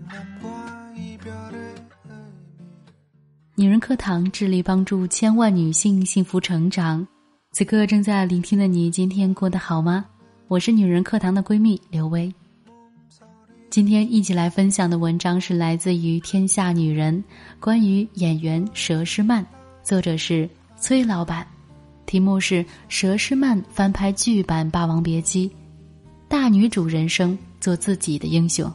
女人课堂致力帮助千万女性幸福成长。此刻正在聆听的你，今天过得好吗？我是女人课堂的闺蜜刘薇。今天一起来分享的文章是来自于天下女人，关于演员佘诗曼，作者是崔老板，题目是佘诗曼翻拍剧版《霸王别姬》，大女主人生，做自己的英雄。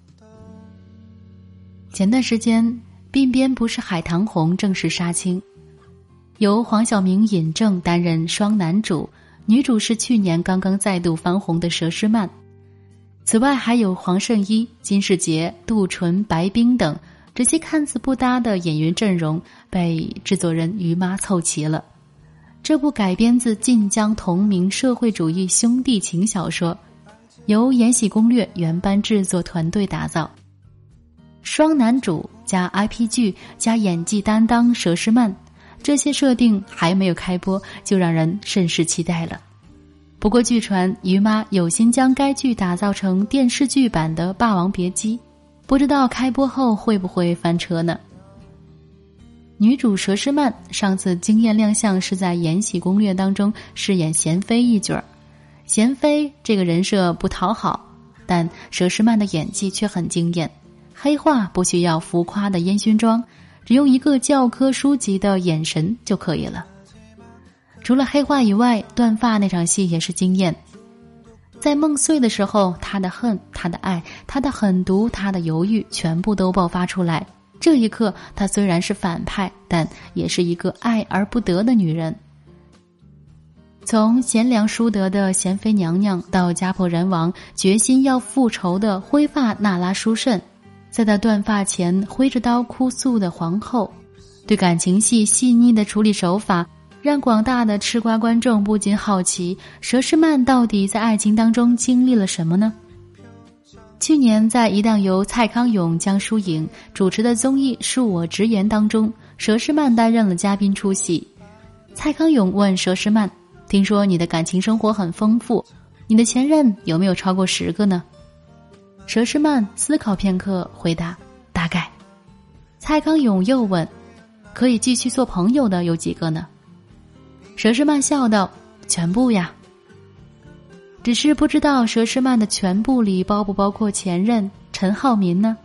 前段时间鬓边不是海棠红正式杀青，由黄晓明尹正担任双男主，女主是去年刚刚再度翻红的佘诗曼。此外还有黄圣依、金世杰、杜淳、白冰等这些看似不搭的演员阵容被制作人于妈凑齐了。这部改编自晋江同名社会主义兄弟情小说，由延禧攻略原班制作团队打造。双男主加 IP 剧加演技担当佘诗曼，这些设定还没有开播就让人甚是期待了。不过据传于妈有心将该剧打造成电视剧版的《霸王别姬》，不知道开播后会不会翻车呢？女主佘诗曼上次惊艳亮相是在《延禧攻略》当中饰演娴妃一角。娴妃这个人设不讨好，但佘诗曼的演技却很惊艳。黑化不需要浮夸的烟熏妆，只用一个教科书级的眼神就可以了。除了黑化以外，断发那场戏也是惊艳。在梦碎的时候，他的恨，他的爱，他的狠毒，他的犹豫全部都爆发出来。这一刻她虽然是反派，但也是一个爱而不得的女人。从贤良淑德的娴妃娘娘到家破人亡决心要复仇的灰发那拉殊慎，再到断发前挥着刀哭诉的皇后，对感情戏细腻的处理手法让广大的吃瓜观众不禁好奇，佘诗曼到底在爱情当中经历了什么呢？去年在一档由蔡康永、江疏影主持的综艺《恕我直言》当中，佘诗曼担任了嘉宾出席。蔡康永问佘诗曼，听说你的感情生活很丰富，你的前任有没有超过10个呢？佘诗曼思考片刻回答，大概。蔡康永又问，可以继续做朋友的有几个呢？佘诗曼笑道，全部呀。只是不知道佘诗曼的全部里包不包括前任陈浩民呢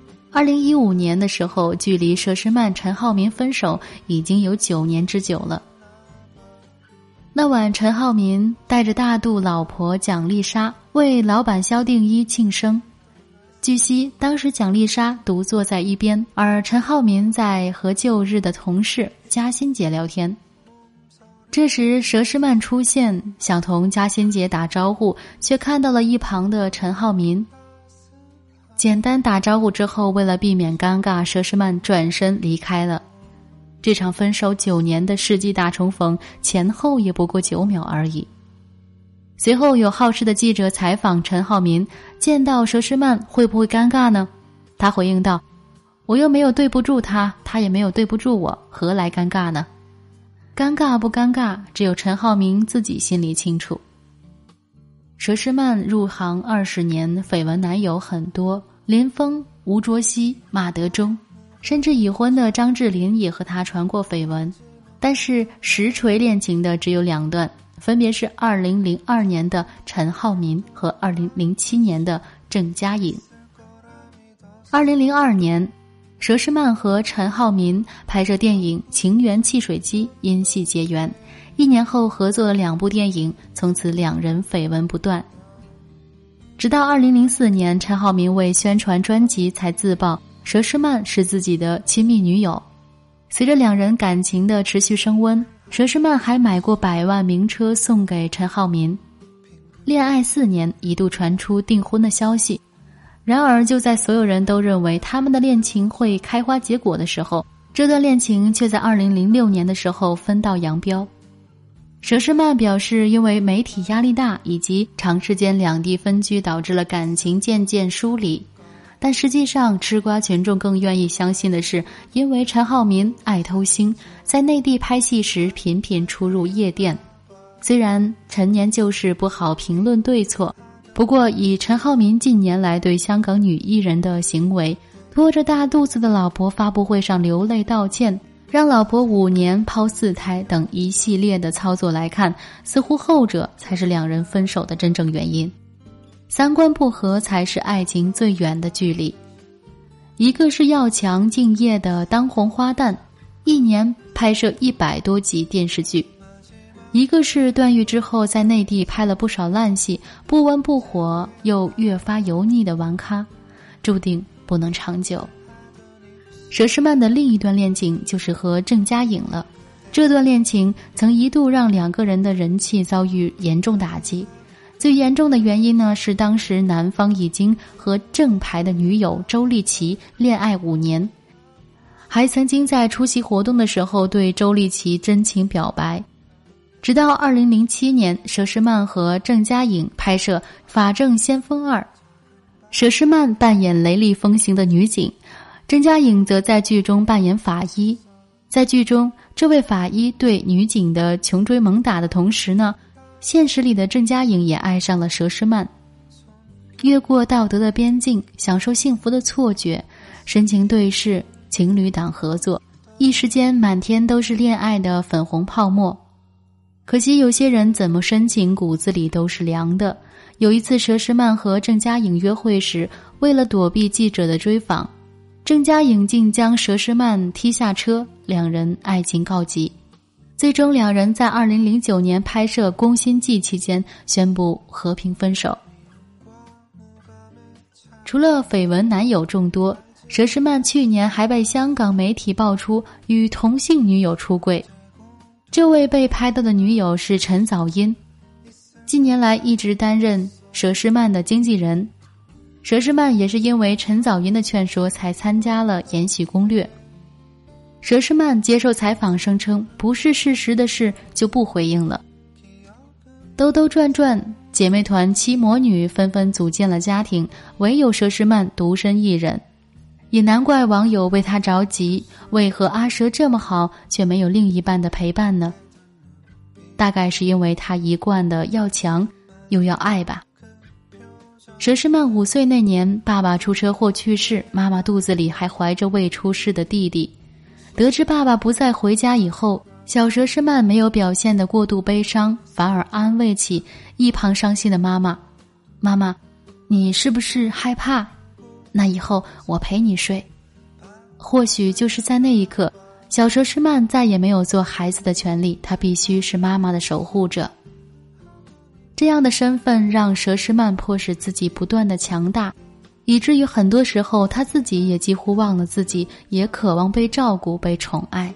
？2015年的时候，距离佘诗曼陈浩民分手已经有9年之久了。那晚陈浩民带着大肚老婆蒋丽莎为老板萧定一庆生。据悉当时蒋丽莎独坐在一边，而陈浩民在和旧日的同事嘉欣姐聊天。这时佘诗曼出现，想同嘉欣姐打招呼，却看到了一旁的陈浩民。简单打招呼之后，为了避免尴尬，佘诗曼转身离开了。这场分手9年的世纪大重逢，前后也不过9秒而已。随后有好事的记者采访陈浩民，见到佘诗曼会不会尴尬呢？他回应道，我又没有对不住他，他也没有对不住我，何来尴尬呢？尴尬不尴尬，只有陈浩民自己心里清楚。佘诗曼入行20年，绯闻男友很多，林峰、吴卓羲、马德钟，甚至已婚的张智霖也和他传过绯闻。但是实锤恋情的只有2段，分别是2002年的陈浩民和2007年的郑嘉颖。2002年，佘诗曼和陈浩民拍摄电影《情缘汽水机》，因戏结缘，1年后合作了2部电影，从此2人绯闻不断。直到2004年，陈浩民为宣传专辑才自曝佘诗曼是自己的亲密女友。随着2人感情的持续升温，佘诗曼还买过100万名车送给陈浩民。恋爱4年，一度传出订婚的消息。然而就在所有人都认为他们的恋情会开花结果的时候，这段恋情却在2006年的时候分道扬镳。佘诗曼表示，因为媒体压力大以及长时间两地分居导致了感情渐渐疏离，但实际上吃瓜群众更愿意相信的是，因为陈浩民爱偷腥，在内地拍戏时频频出入夜店。虽然陈年旧事不好评论对错， 不过以陈浩民近年来对香港女艺人的行为，拖着大肚子的老婆发布会上流泪道歉，让老婆5年抛4胎等一系列的操作来看，似乎后者才是两人分手的真正原因。三观不合才是爱情最远的距离。一个是要强敬业的当红花旦，1年拍摄100多集电视剧；一个是段誉之后在内地拍了不少烂戏，不温不火又越发油腻的玩咖，注定不能长久。佘诗曼的另一段恋情就是和郑嘉颖了，这段恋情曾一度让2个人的人气遭遇严重打击。最严重的原因呢，是当时男方已经和正牌的女友周丽淇恋爱5年，还曾经在出席活动的时候对周丽淇真情表白。直到2007年，佘诗曼和郑嘉颖拍摄《法证先锋2》，佘诗曼扮演雷厉风行的女警，郑嘉颖则在剧中扮演法医。在剧中，这位法医对女警的穷追猛打的同时呢，现实里的郑嘉颖也爱上了佘诗曼。越过道德的边境，享受幸福的错觉，深情对视，情侣档合作，一时间满天都是恋爱的粉红泡沫。可惜有些人怎么深情骨子里都是凉的。有一次佘诗曼和郑嘉颖约会时，为了躲避记者的追访，郑嘉颖竟将佘诗曼踢下车，两人爱情告急。最终两人在2009年拍摄《宫心计》期间宣布和平分手。除了绯闻男友众多，佘诗曼去年还被香港媒体爆出与同性女友出柜。这位被拍到的女友是陈早殷，近年来一直担任佘诗曼的经纪人。佘诗曼也是因为陈早殷的劝说才参加了《延禧攻略》。佘诗曼接受采访声称，不是事实的事就不回应了。兜兜转转，姐妹团7魔女纷纷组建了家庭，唯有佘诗曼独身一人。也难怪网友为她着急，为何阿佘这么好，却没有另一半的陪伴呢？大概是因为她一贯的要强又要爱吧。佘诗曼5岁那年，爸爸出车祸去世，妈妈肚子里还怀着未出世的弟弟。得知爸爸不再回家以后，小佘诗曼没有表现得过度悲伤，反而安慰起一旁伤心的妈妈。妈妈，你是不是害怕？那以后我陪你睡。或许就是在那一刻，小佘诗曼再也没有做孩子的权利，她必须是妈妈的守护者。这样的身份让佘诗曼迫使自己不断的强大，以至于很多时候她自己也几乎忘了自己也渴望被照顾被宠爱。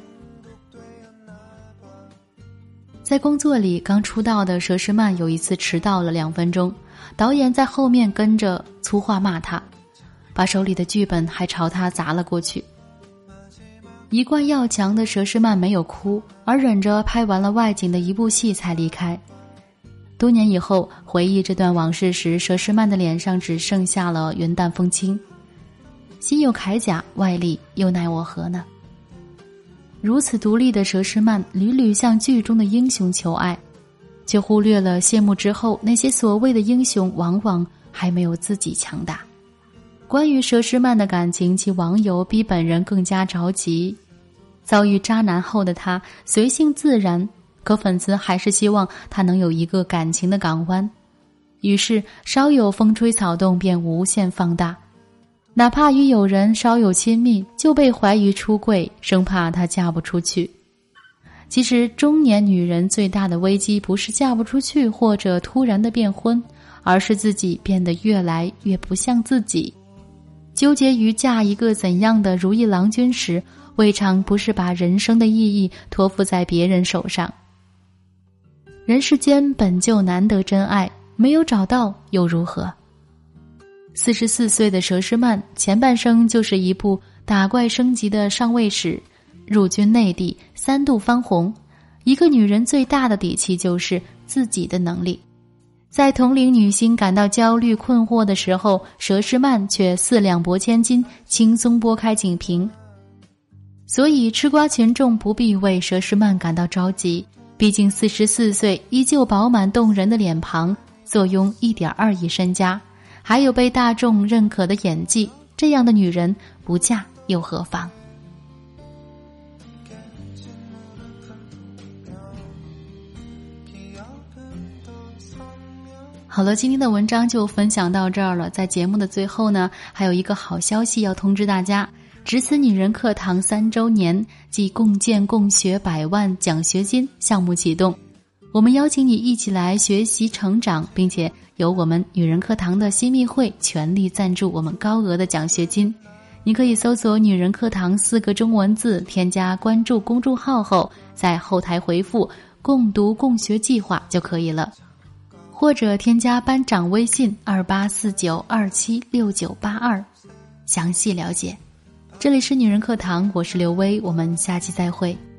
在工作里刚出道的佘诗曼有一次迟到了2分钟，导演在后面跟着粗话骂她，把手里的剧本还朝她砸了过去。一贯要强的佘诗曼没有哭，而忍着拍完了外景的一部戏才离开。多年以后回忆这段往事时，佘诗曼的脸上只剩下了云淡风轻。心有铠甲，外力又奈我何呢？如此独立的佘诗曼屡屡向剧中的英雄求爱，却忽略了谢幕之后那些所谓的英雄往往还没有自己强大。关于佘诗曼的感情，其网友比本人更加着急。遭遇渣男后的她随性自然，可粉丝还是希望她能有一个感情的港湾，于是稍有风吹草动便无限放大，哪怕与友人稍有亲密就被怀疑出柜，生怕她嫁不出去。其实中年女人最大的危机不是嫁不出去或者突然的变婚，而是自己变得越来越不像自己。纠结于嫁一个怎样的如意郎君时，未尝不是把人生的意义托付在别人手上。人世间本就难得真爱，没有找到又如何？44岁的佘诗曼前半生就是一部打怪升级的上位史，入军内地3度翻红。一个女人最大的底气就是自己的能力。在同龄女星感到焦虑困惑的时候，佘诗曼却4两拨千斤，轻松拨开锦屏。所以吃瓜群众不必为佘诗曼感到着急，毕竟44岁依旧饱满动人的脸庞， 坐拥1.2亿身家，还有被大众认可的演技，这样的女人不嫁又何妨？好了，今天的文章就分享到这儿了。在节目的最后呢，还有一个好消息要通知大家，值此女人课堂3周年即共建共学100万奖学金项目启动，我们邀请你一起来学习成长，并且由我们女人课堂的新密会全力赞助我们高额的奖学金。你可以搜索女人课堂4个中文字，添加关注公众号后，在后台回复共读共学计划就可以了，或者添加班长微信2849276982详细了解。这里是女人课堂，我是刘薇，我们下期再会。